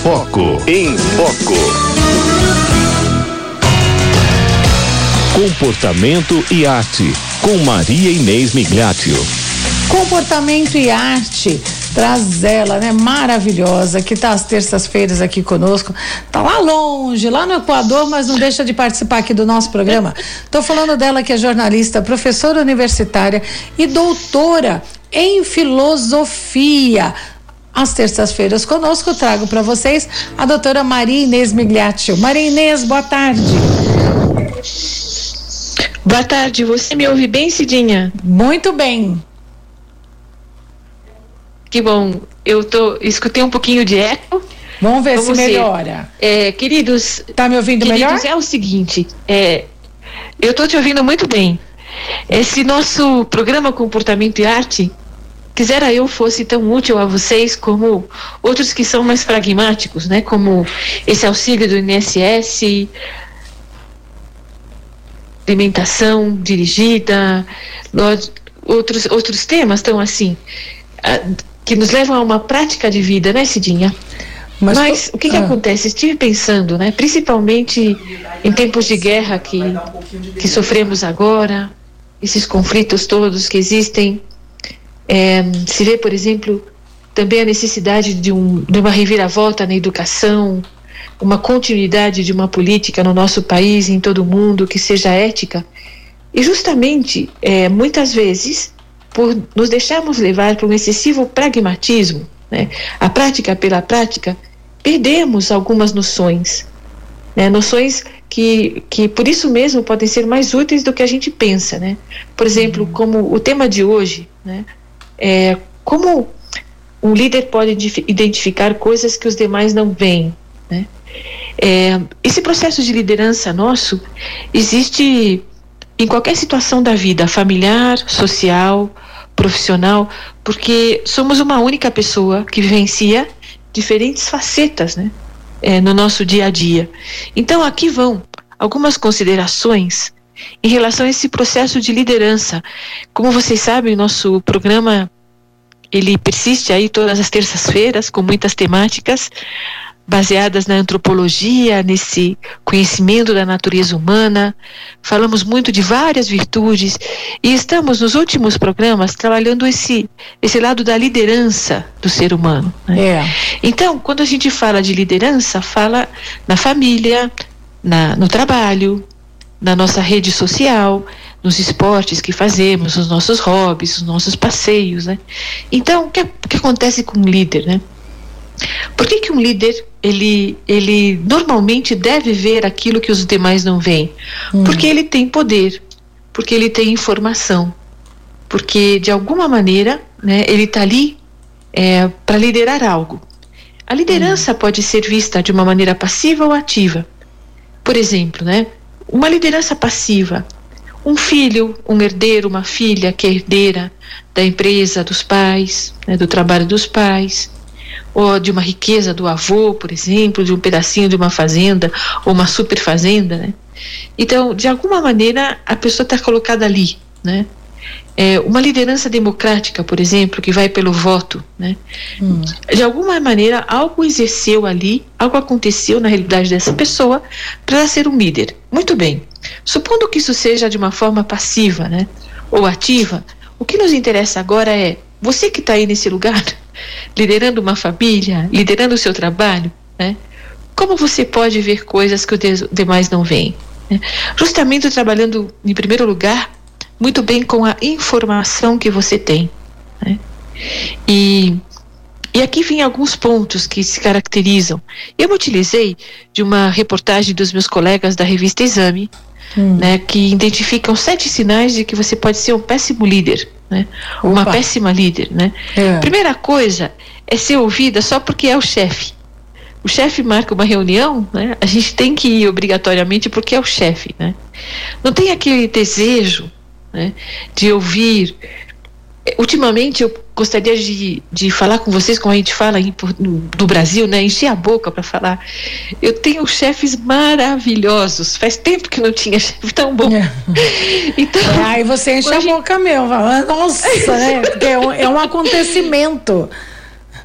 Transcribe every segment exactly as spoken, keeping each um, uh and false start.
Foco. Em Foco. Comportamento e arte, com Maria Inês Migliaccio. Comportamento e arte, traz ela, né, maravilhosa, que tá às terças-feiras aqui conosco, tá lá longe, lá no Equador, mas não deixa de participar aqui do nosso programa. Tô falando dela, que é jornalista, professora universitária e doutora em filosofia. Às terças-feiras conosco, trago para vocês a doutora Maria Inês Migliaccio. Maria Inês, boa tarde. Boa tarde, você me ouve bem, Cidinha? Muito bem. Que bom, eu tô, escutei um pouquinho de eco. Vamos ver Vamos se melhora. É, queridos, tá me ouvindo queridos, melhor? É o seguinte, é, eu tô te ouvindo muito bem. Esse nosso programa Comportamento e Arte, quisera eu fosse tão útil a vocês como outros que são mais pragmáticos, né? Como esse auxílio do I N S S, alimentação dirigida, outros, outros temas tão assim, que nos levam a uma prática de vida, né, Cidinha? Mas, Mas o que que ah. acontece? Estive pensando, né, principalmente em tempos de guerra que, que sofremos agora, esses conflitos todos que existem, é, se vê, por exemplo, também a necessidade de, um, de uma reviravolta na educação, uma continuidade de uma política no nosso país, em todo o mundo, que seja ética. E justamente, é, muitas vezes, por nos deixarmos levar por um excessivo pragmatismo, né, a prática pela prática, perdemos algumas noções, né, noções que, que por isso mesmo podem ser mais úteis do que a gente pensa, né? Por exemplo, uhum. como o tema de hoje, né, é, como um líder pode identificar coisas que os demais não veem, né? É, esse processo de liderança nosso existe em qualquer situação da vida, familiar, social, profissional, porque somos uma única pessoa que vivencia diferentes facetas, né, é, no nosso dia a dia. Então aqui vão algumas considerações em relação a esse processo de liderança. Como vocês sabem, o nosso programa ele persiste aí todas as terças-feiras com muitas temáticas baseadas na antropologia, nesse conhecimento da natureza humana. Falamos muito de várias virtudes e estamos nos últimos programas trabalhando esse, esse lado da liderança do ser humano, né? É. Então, quando a gente fala de liderança, fala na família, na, no trabalho, na nossa rede social, nos esportes que fazemos, nos nossos hobbies, nos nossos passeios, né? Então, o que, o que acontece com um líder, né? Por que que um líder, ele, ele normalmente deve ver aquilo que os demais não veem? Hum. Porque ele tem poder, porque ele tem informação, porque de alguma maneira, né, ele está ali é, para liderar algo. A liderança hum. pode ser vista de uma maneira passiva ou ativa. Por exemplo, né, uma liderança passiva, um filho, um herdeiro, uma filha que é herdeira da empresa dos pais, né, do trabalho dos pais, ou de uma riqueza do avô, por exemplo, de um pedacinho de uma fazenda, ou uma super fazenda, né? Então, de alguma maneira, a pessoa está colocada ali, né? É, uma liderança democrática, por exemplo, que vai pelo voto, né? Hum. De alguma maneira, algo exerceu ali, algo aconteceu na realidade dessa pessoa para ela ser um líder. Muito bem. Supondo que isso seja de uma forma passiva, né? Ou ativa, o que nos interessa agora é você que está aí nesse lugar, liderando uma família, liderando o seu trabalho, né? Como você pode ver coisas que os demais não veem, né? Justamente trabalhando, em primeiro lugar, muito bem com a informação que você tem, né? E, e aqui vem alguns pontos que se caracterizam. Eu me utilizei de uma reportagem dos meus colegas da revista Exame, hum. né, que identificam sete sinais de que você pode ser um péssimo líder, né? Uma péssima líder, né? É. Primeira coisa é ser ouvida só porque é o chefe. O chefe marca uma reunião, né? A gente tem que ir obrigatoriamente porque é o chefe, né? Não tem aquele desejo, né, de ouvir. Ultimamente eu gostaria de, de falar com vocês, como a gente fala aí no, no Brasil, né? Encher a boca para falar. Eu tenho chefes maravilhosos. Faz tempo que não tinha chefe tão bom. É. Então, é, aí você enche a gente... boca mesmo. Nossa, né? Porque é um, é um acontecimento.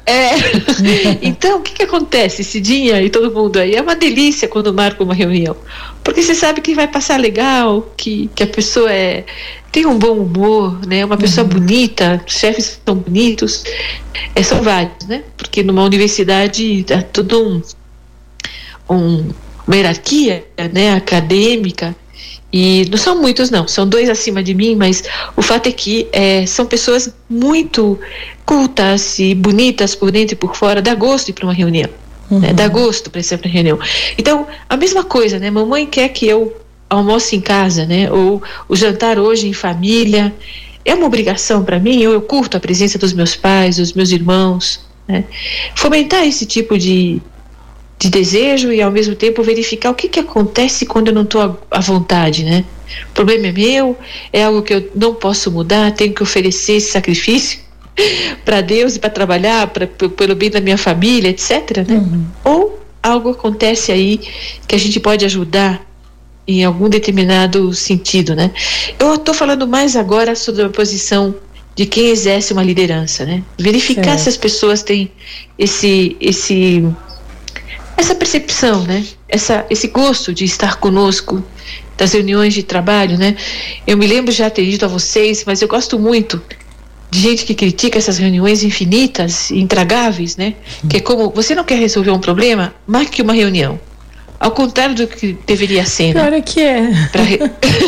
É. Então, o que que acontece, Cidinha e todo mundo aí? É uma delícia quando marca uma reunião, porque você sabe que vai passar legal, que, que a pessoa é, tem um bom humor, né? Uma pessoa uhum. bonita, os chefes são bonitos, é, são vários, né? Porque numa universidade é tudo um, um, uma hierarquia, né? Acadêmica. E não são muitos não, são dois acima de mim, mas o fato é que é, são pessoas muito cultas e bonitas por dentro e por fora, dá gosto ir para uma reunião, uhum. né? Dá gosto para ir para uma reunião. Então, a mesma coisa, né? Mamãe quer que eu almoce em casa, né? Ou o jantar hoje em família, é uma obrigação para mim, ou eu curto a presença dos meus pais, dos meus irmãos, né? Fomentar esse tipo de de desejo e ao mesmo tempo verificar o que que acontece quando eu não estou à vontade, né? O problema é meu, é algo que eu não posso mudar, tenho que oferecer esse sacrifício para Deus e para trabalhar pra, pelo bem da minha família, etc, né? Uhum. Ou algo acontece aí que a gente pode ajudar em algum determinado sentido, né? Eu estou falando mais agora sobre a posição de quem exerce uma liderança, né? Verificar certo. Se as pessoas têm esse esse essa percepção, né? Essa, esse gosto de estar conosco das reuniões de trabalho, né? Eu me lembro já ter dito a vocês, mas eu gosto muito de gente que critica essas reuniões infinitas e intragáveis, né? Uhum. Que é como, você não quer resolver um problema, marque uma reunião. Ao contrário do que deveria ser, né? Claro que é. Pra re...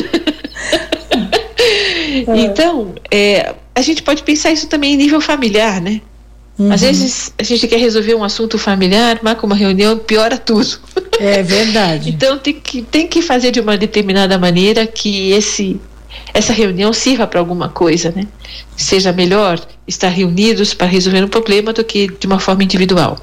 Então, é, a gente pode pensar isso também em nível familiar, né? Uhum. Às vezes a gente quer resolver um assunto familiar, marca uma reunião, piora tudo. É verdade. Então tem que, tem que fazer de uma determinada maneira que esse, essa reunião sirva para alguma coisa, né? Seja melhor estar reunidos para resolver um problema do que de uma forma individual.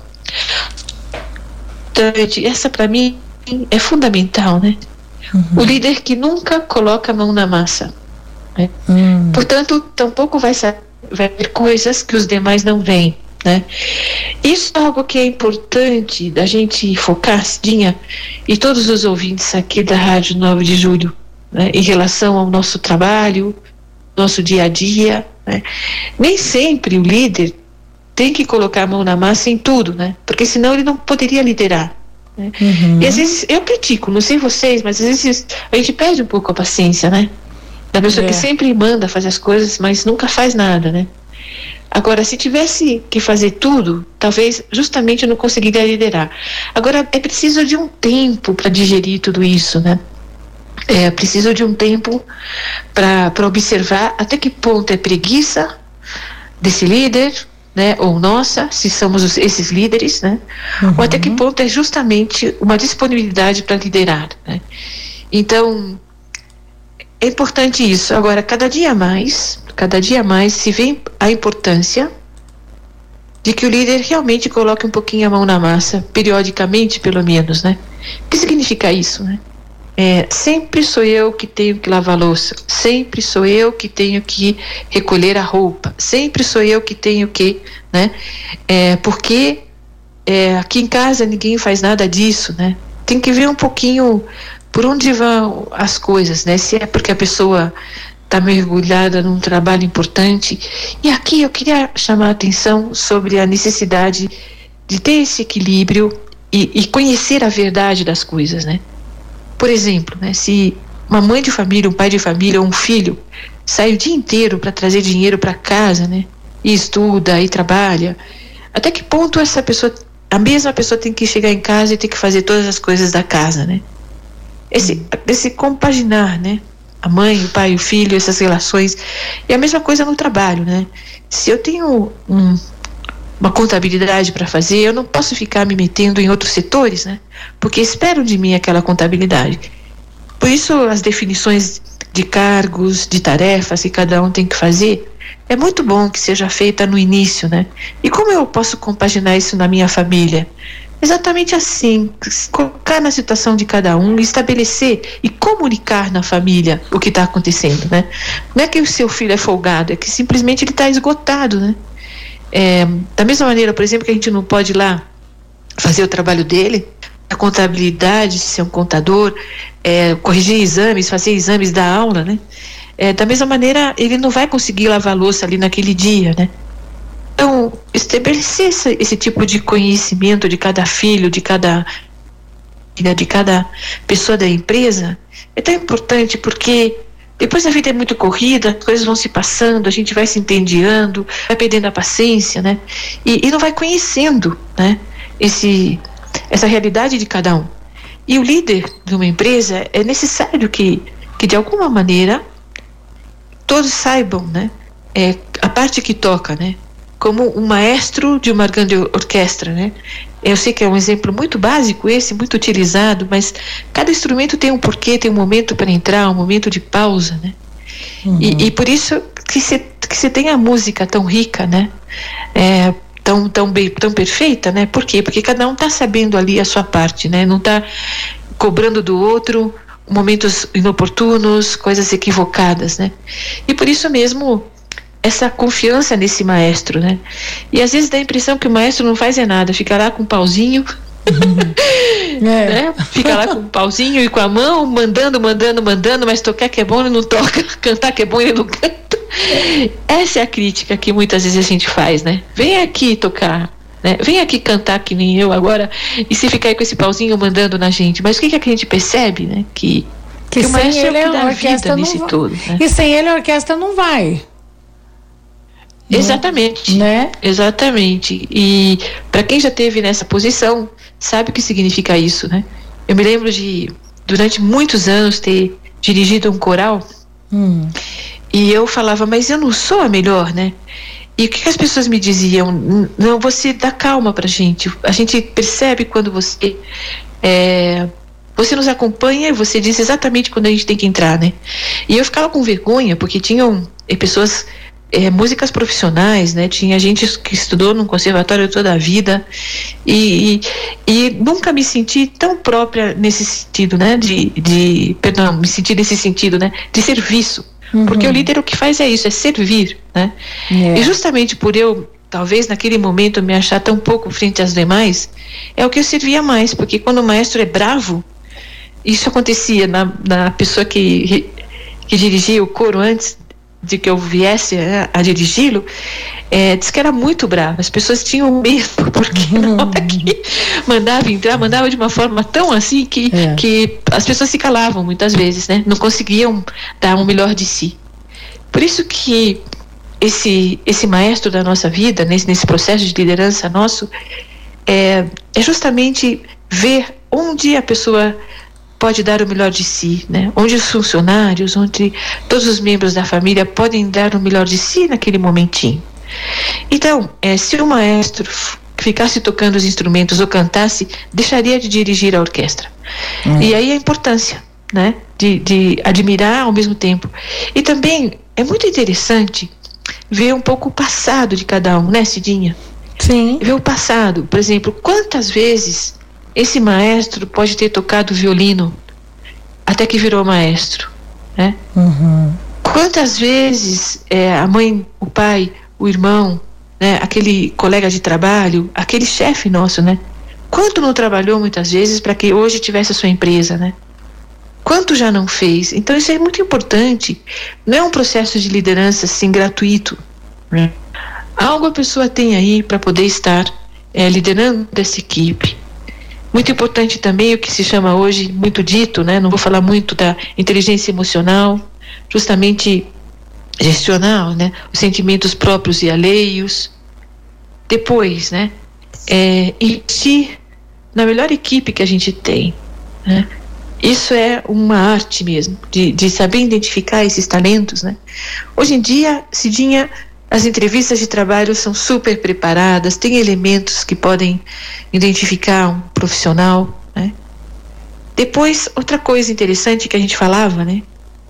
Então, essa para mim é fundamental, né? Uhum. O líder que nunca coloca a mão na massa, né? Uhum. Portanto, tampouco vai saber vai ver coisas que os demais não veem, né? Isso é algo que é importante da gente focar, Cidinha, e todos os ouvintes aqui da Rádio nove de julho, né? Em relação ao nosso trabalho, nosso dia a dia, né? Nem sempre o líder tem que colocar a mão na massa em tudo, né? Porque senão ele não poderia liderar, né? Uhum. E às vezes, eu critico, não sei vocês, mas às vezes a gente perde um pouco a paciência, né? Da pessoa é. que sempre manda fazer as coisas, mas nunca faz nada, né? Agora, se tivesse que fazer tudo, talvez justamente eu não conseguiria liderar. Agora, é preciso de um tempo para digerir tudo isso, né? É preciso de um tempo para observar até que ponto é preguiça desse líder, né? Ou nossa, se somos os, esses líderes, né? Uhum. Ou até que ponto é justamente uma disponibilidade para liderar, né? Então, é importante isso. Agora, cada dia mais, cada dia mais se vê a importância de que o líder realmente coloque um pouquinho a mão na massa, periodicamente, pelo menos, né? O que significa isso, né? É, sempre sou eu que tenho que lavar a louça, sempre sou eu que tenho que recolher a roupa, sempre sou eu que tenho que, né? É, porque é, aqui em casa ninguém faz nada disso, né? Tem que ver um pouquinho por onde vão as coisas, né? Se é porque a pessoa está mergulhada num trabalho importante. E aqui eu queria chamar a atenção sobre a necessidade de ter esse equilíbrio e, e conhecer a verdade das coisas, né? Por exemplo, né? Se uma mãe de família, um pai de família ou um filho sai o dia inteiro para trazer dinheiro para casa, né? E estuda e trabalha, até que ponto essa pessoa, a mesma pessoa tem que chegar em casa e ter que fazer todas as coisas da casa, né? Esse, esse compaginar, né? A mãe, o pai, o filho, essas relações. E a mesma coisa no trabalho, né? Se eu tenho um, uma contabilidade para fazer, eu não posso ficar me metendo em outros setores, né? Porque esperam de mim aquela contabilidade. Por isso, as definições de cargos, de tarefas que cada um tem que fazer, é muito bom que seja feita no início, né? E como eu posso compaginar isso na minha família? Exatamente assim, colocar na situação de cada um, estabelecer e comunicar na família o que está acontecendo, né? Não é que o seu filho é folgado, é que simplesmente ele está esgotado, né? É, da mesma maneira, por exemplo, que a gente não pode ir lá fazer o trabalho dele, a contabilidade, ser um contador, é, corrigir exames, fazer exames da aula, né? É, da mesma maneira, ele não vai conseguir lavar a louça ali naquele dia, né? Então, estabelecer esse, esse tipo de conhecimento de cada filho, de cada, de cada pessoa da empresa, é tão importante, porque depois a vida é muito corrida, as coisas vão se passando, a gente vai se entediando, vai perdendo a paciência, né? E, e não vai conhecendo, né? Esse, essa realidade de cada um. E o líder de uma empresa, é necessário que, que de alguma maneira, todos saibam, né? É, a parte que toca, né? Como um maestro de uma grande orquestra, né? Eu sei que é um exemplo muito básico esse, muito utilizado, mas cada instrumento tem um porquê, tem um momento para entrar, um momento de pausa, né? Uhum. E, e por isso que se, que se tem a música tão rica, né? É, tão, tão, bem, tão perfeita, né? Por quê? Porque cada um está sabendo ali a sua parte, né? Não está cobrando do outro momentos inoportunos, coisas equivocadas, né? E por isso mesmo essa confiança nesse maestro, né? E às vezes dá a impressão que o maestro não faz é nada, fica lá com um pauzinho, uhum. é. né? Fica lá com um pauzinho e com a mão, mandando, mandando, mandando, mas tocar que é bom ele não toca, cantar que é bom ele não canta. Essa é a crítica que muitas vezes a gente faz, né? Vem aqui tocar, né? Vem aqui cantar que nem eu agora, e se ficar aí com esse pauzinho mandando na gente. Mas o que, que a gente percebe, né? Que, que, que o maestro ele é a orquestra nesse não todo, né? E sem ele a orquestra não vai. Exatamente, né? Exatamente. E para quem já teve nessa posição, sabe o que significa isso, né? Eu me lembro de, durante muitos anos, ter dirigido um coral, hum. e eu falava, mas eu não sou a melhor, né? E o que, que as pessoas me diziam? Não, você dá calma pra gente, a gente percebe quando você é, você nos acompanha e você diz exatamente quando a gente tem que entrar, né? E eu ficava com vergonha, porque tinham é, pessoas É, músicas profissionais, né? Tinha gente que estudou num conservatório toda a vida e, e, e nunca me senti tão própria nesse sentido, né? De, de, perdão, me senti nesse sentido, né? De serviço, uhum. Porque o líder o que faz é isso, é servir, né? Yeah. E justamente por eu, talvez naquele momento, me achar tão pouco frente às demais, é o que eu servia mais, porque quando o maestro é bravo, isso acontecia na, na pessoa que, que dirigia o coro antes de que eu viesse a, a dirigi-lo, é, disse que era muito bravo, as pessoas tinham medo, porque na hora que mandava entrar, mandava de uma forma tão assim que, é. que as pessoas se calavam muitas vezes, né? Não conseguiam dar o melhor de si. Por isso que esse, esse maestro da nossa vida, nesse, nesse processo de liderança nosso, é, é justamente ver onde a pessoa pode dar o melhor de si, né? Onde os funcionários, onde todos os membros da família podem dar o melhor de si naquele momentinho. Então, é, se o maestro ficasse tocando os instrumentos ou cantasse, deixaria de dirigir a orquestra. Hum. E aí a importância, né? De, de admirar ao mesmo tempo. E também é muito interessante ver um pouco o passado de cada um, né, Cidinha? Sim. Ver o passado, por exemplo, quantas vezes esse maestro pode ter tocado violino até que virou maestro, né? Uhum. Quantas vezes é, a mãe, o pai, o irmão, né, aquele colega de trabalho, aquele chefe nosso, né? Quanto não trabalhou muitas vezes para que hoje tivesse a sua empresa, né? Quanto já não fez? Então isso é muito importante. Não é um processo de liderança assim gratuito, né? Algo a pessoa tem aí para poder estar é, liderando essa equipe. Muito importante também o que se chama hoje, muito dito, né? Não vou falar muito da inteligência emocional, justamente gestionar, né? Os sentimentos próprios e alheios. Depois, né? É, investir na melhor equipe que a gente tem, né? Isso é uma arte mesmo, de, de saber identificar esses talentos, né? Hoje em dia, Cidinha, as entrevistas de trabalho são super preparadas, tem elementos que podem identificar um profissional, né? Depois, outra coisa interessante que a gente falava, né?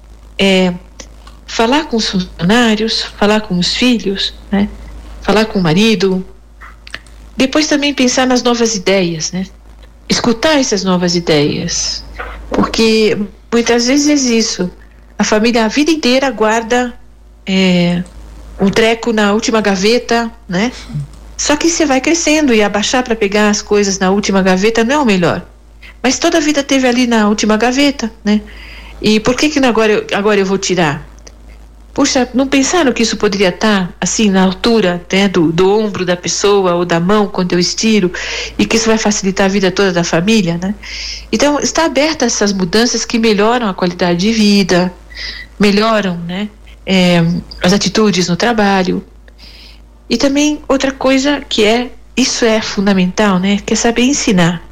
É falar com os funcionários, falar com os filhos, né? Falar com o marido. Depois também pensar nas novas ideias, né? Escutar essas novas ideias. Porque muitas vezes é isso. A família a vida inteira guarda é, um treco na última gaveta, né? Só que você vai crescendo e abaixar para pegar as coisas na última gaveta não é o melhor. Mas toda a vida teve ali na última gaveta, né? E por que que agora eu, agora eu vou tirar? Puxa, não pensaram que isso poderia estar assim na altura, né, do, do ombro da pessoa ou da mão quando eu estiro, e que isso vai facilitar a vida toda da família, né? Então, está aberta a essas mudanças que melhoram a qualidade de vida, melhoram, né, é, as atitudes no trabalho. E também outra coisa que é, isso é fundamental, né, que é saber ensinar.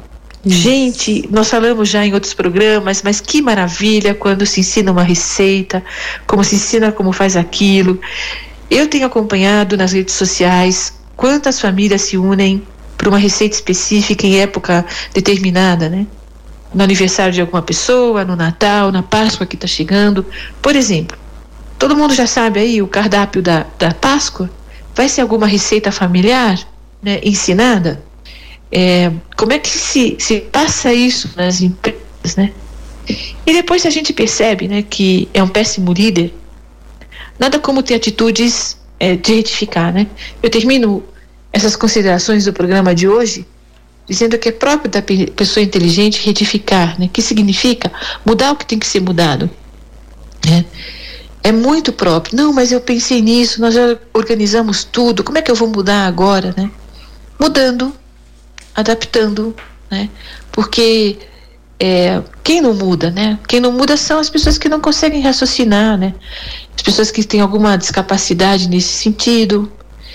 Gente, nós falamos já em outros programas, mas que maravilha quando se ensina uma receita, como se ensina como faz aquilo. Eu tenho acompanhado nas redes sociais quantas famílias se unem para uma receita específica em época determinada, né? No aniversário de alguma pessoa, no Natal, na Páscoa que está chegando. Por exemplo, todo mundo já sabe aí o cardápio da, da Páscoa? Vai ser alguma receita familiar, né, ensinada? É, como é que se, se passa isso nas empresas, né? E depois a gente percebe, né, que é um péssimo líder, nada como ter atitudes é, de retificar, né? Eu termino essas considerações do programa de hoje dizendo que é próprio da pe- pessoa inteligente retificar, né? Que significa mudar o que tem que ser mudado, né? É muito próprio. Não, mas eu pensei nisso, nós já organizamos tudo, como é que eu vou mudar agora, né? Mudando, adaptando, né? Porque é, quem não muda, né? Quem não muda são as pessoas que não conseguem raciocinar, né? As pessoas que têm alguma discapacidade nesse sentido.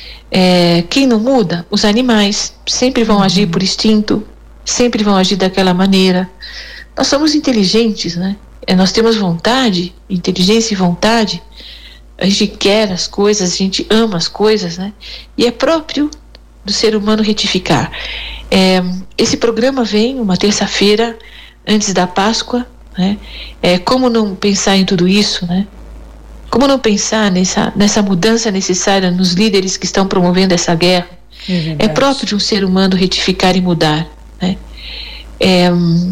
É, quem não muda? Os animais sempre vão uhum. agir por instinto, sempre vão agir daquela maneira. Nós somos inteligentes, né? É, nós temos vontade, inteligência e vontade. A gente quer as coisas, a gente ama as coisas, né? E é próprio do ser humano retificar. É, esse programa vem uma terça-feira antes da Páscoa, né? É, como não pensar em tudo isso, né? Como não pensar nessa, nessa mudança necessária nos líderes que estão promovendo essa guerra? É, é próprio de um ser humano retificar e mudar, né? É,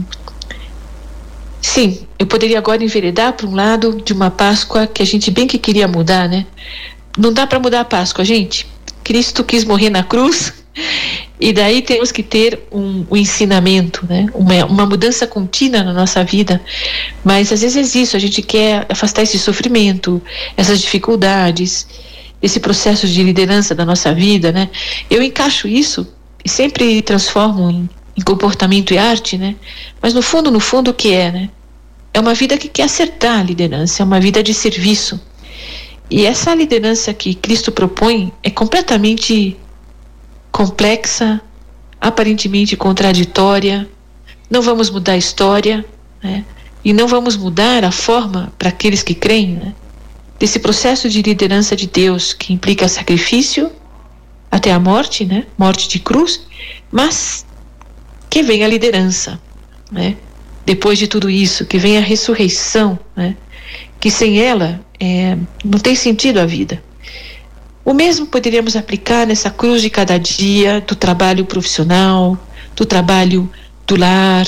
sim, eu poderia agora enveredar para um lado de uma Páscoa que a gente bem que queria mudar, né? Não dá para mudar a Páscoa, gente. Cristo quis morrer na cruz, e daí temos que ter um, um ensinamento, né? uma, uma mudança contínua na nossa vida. Mas às vezes é isso, a gente quer afastar esse sofrimento, essas dificuldades, esse processo de liderança da nossa vida, né? Eu encaixo isso e sempre transformo em, em comportamento e arte, né? Mas no fundo, no fundo o que é, né? É uma vida que quer acertar a liderança, é uma vida de serviço. E essa liderança que Cristo propõe é completamente complexa, aparentemente contraditória. Não vamos mudar a história, né? E não vamos mudar a forma para aqueles que creem, né? Desse processo de liderança de Deus que implica sacrifício até a morte, né? Morte de cruz, mas que vem a liderança, né? Depois de tudo isso, que vem a ressurreição, né? Que sem ela é, não tem sentido a vida. O mesmo poderíamos aplicar nessa cruz de cada dia, do trabalho profissional, do trabalho do lar,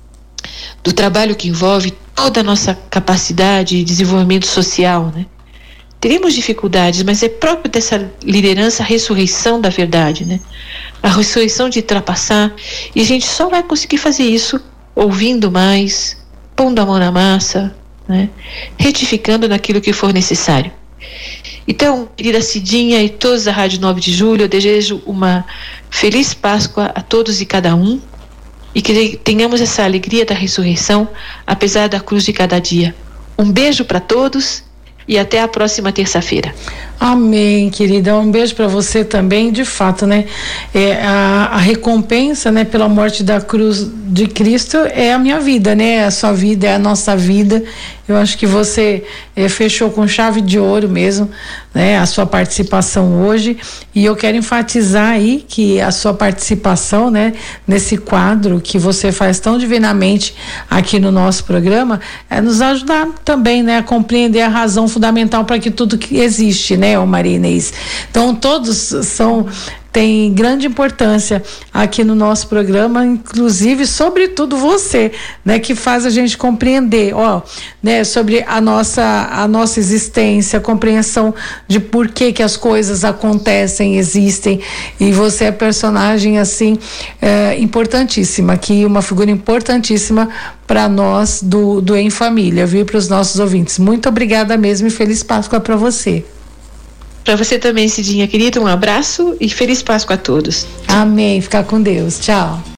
do trabalho que envolve toda a nossa capacidade de desenvolvimento social, né? Teremos dificuldades, mas é próprio dessa liderança a ressurreição da verdade, né? A ressurreição de ultrapassar, e a gente só vai conseguir fazer isso ouvindo mais, pondo a mão na massa, né? Retificando naquilo que for necessário. Então, querida Cidinha e todos da Rádio nove de Julho, eu desejo uma feliz Páscoa a todos e cada um, e que tenhamos essa alegria da ressurreição, apesar da cruz de cada dia. Um beijo para todos e até a próxima terça-feira. Amém, querida. Um beijo para você também. De fato, né? É, a, a recompensa, né, pela morte da cruz de Cristo é a minha vida, né? A sua vida é a nossa vida. Eu acho que você é, fechou com chave de ouro mesmo, né? A sua participação hoje, e eu quero enfatizar aí que a sua participação, né, nesse quadro que você faz tão divinamente aqui no nosso programa, é nos ajudar também, né, a compreender a razão fundamental para que tudo que existe, né, ô Maria Inês? Então todos são tem grande importância aqui no nosso programa, inclusive, sobretudo você, né, que faz a gente compreender, ó, né, sobre a nossa, a nossa existência, a compreensão de por que que as coisas acontecem, existem, e você é personagem, assim, é, importantíssima, aqui uma figura importantíssima para nós do, do Em Família, viu, para os nossos ouvintes. Muito obrigada mesmo e feliz Páscoa para você. Para você também, Cidinha, querida, um abraço e feliz Páscoa a todos. Amém, fica com Deus, tchau.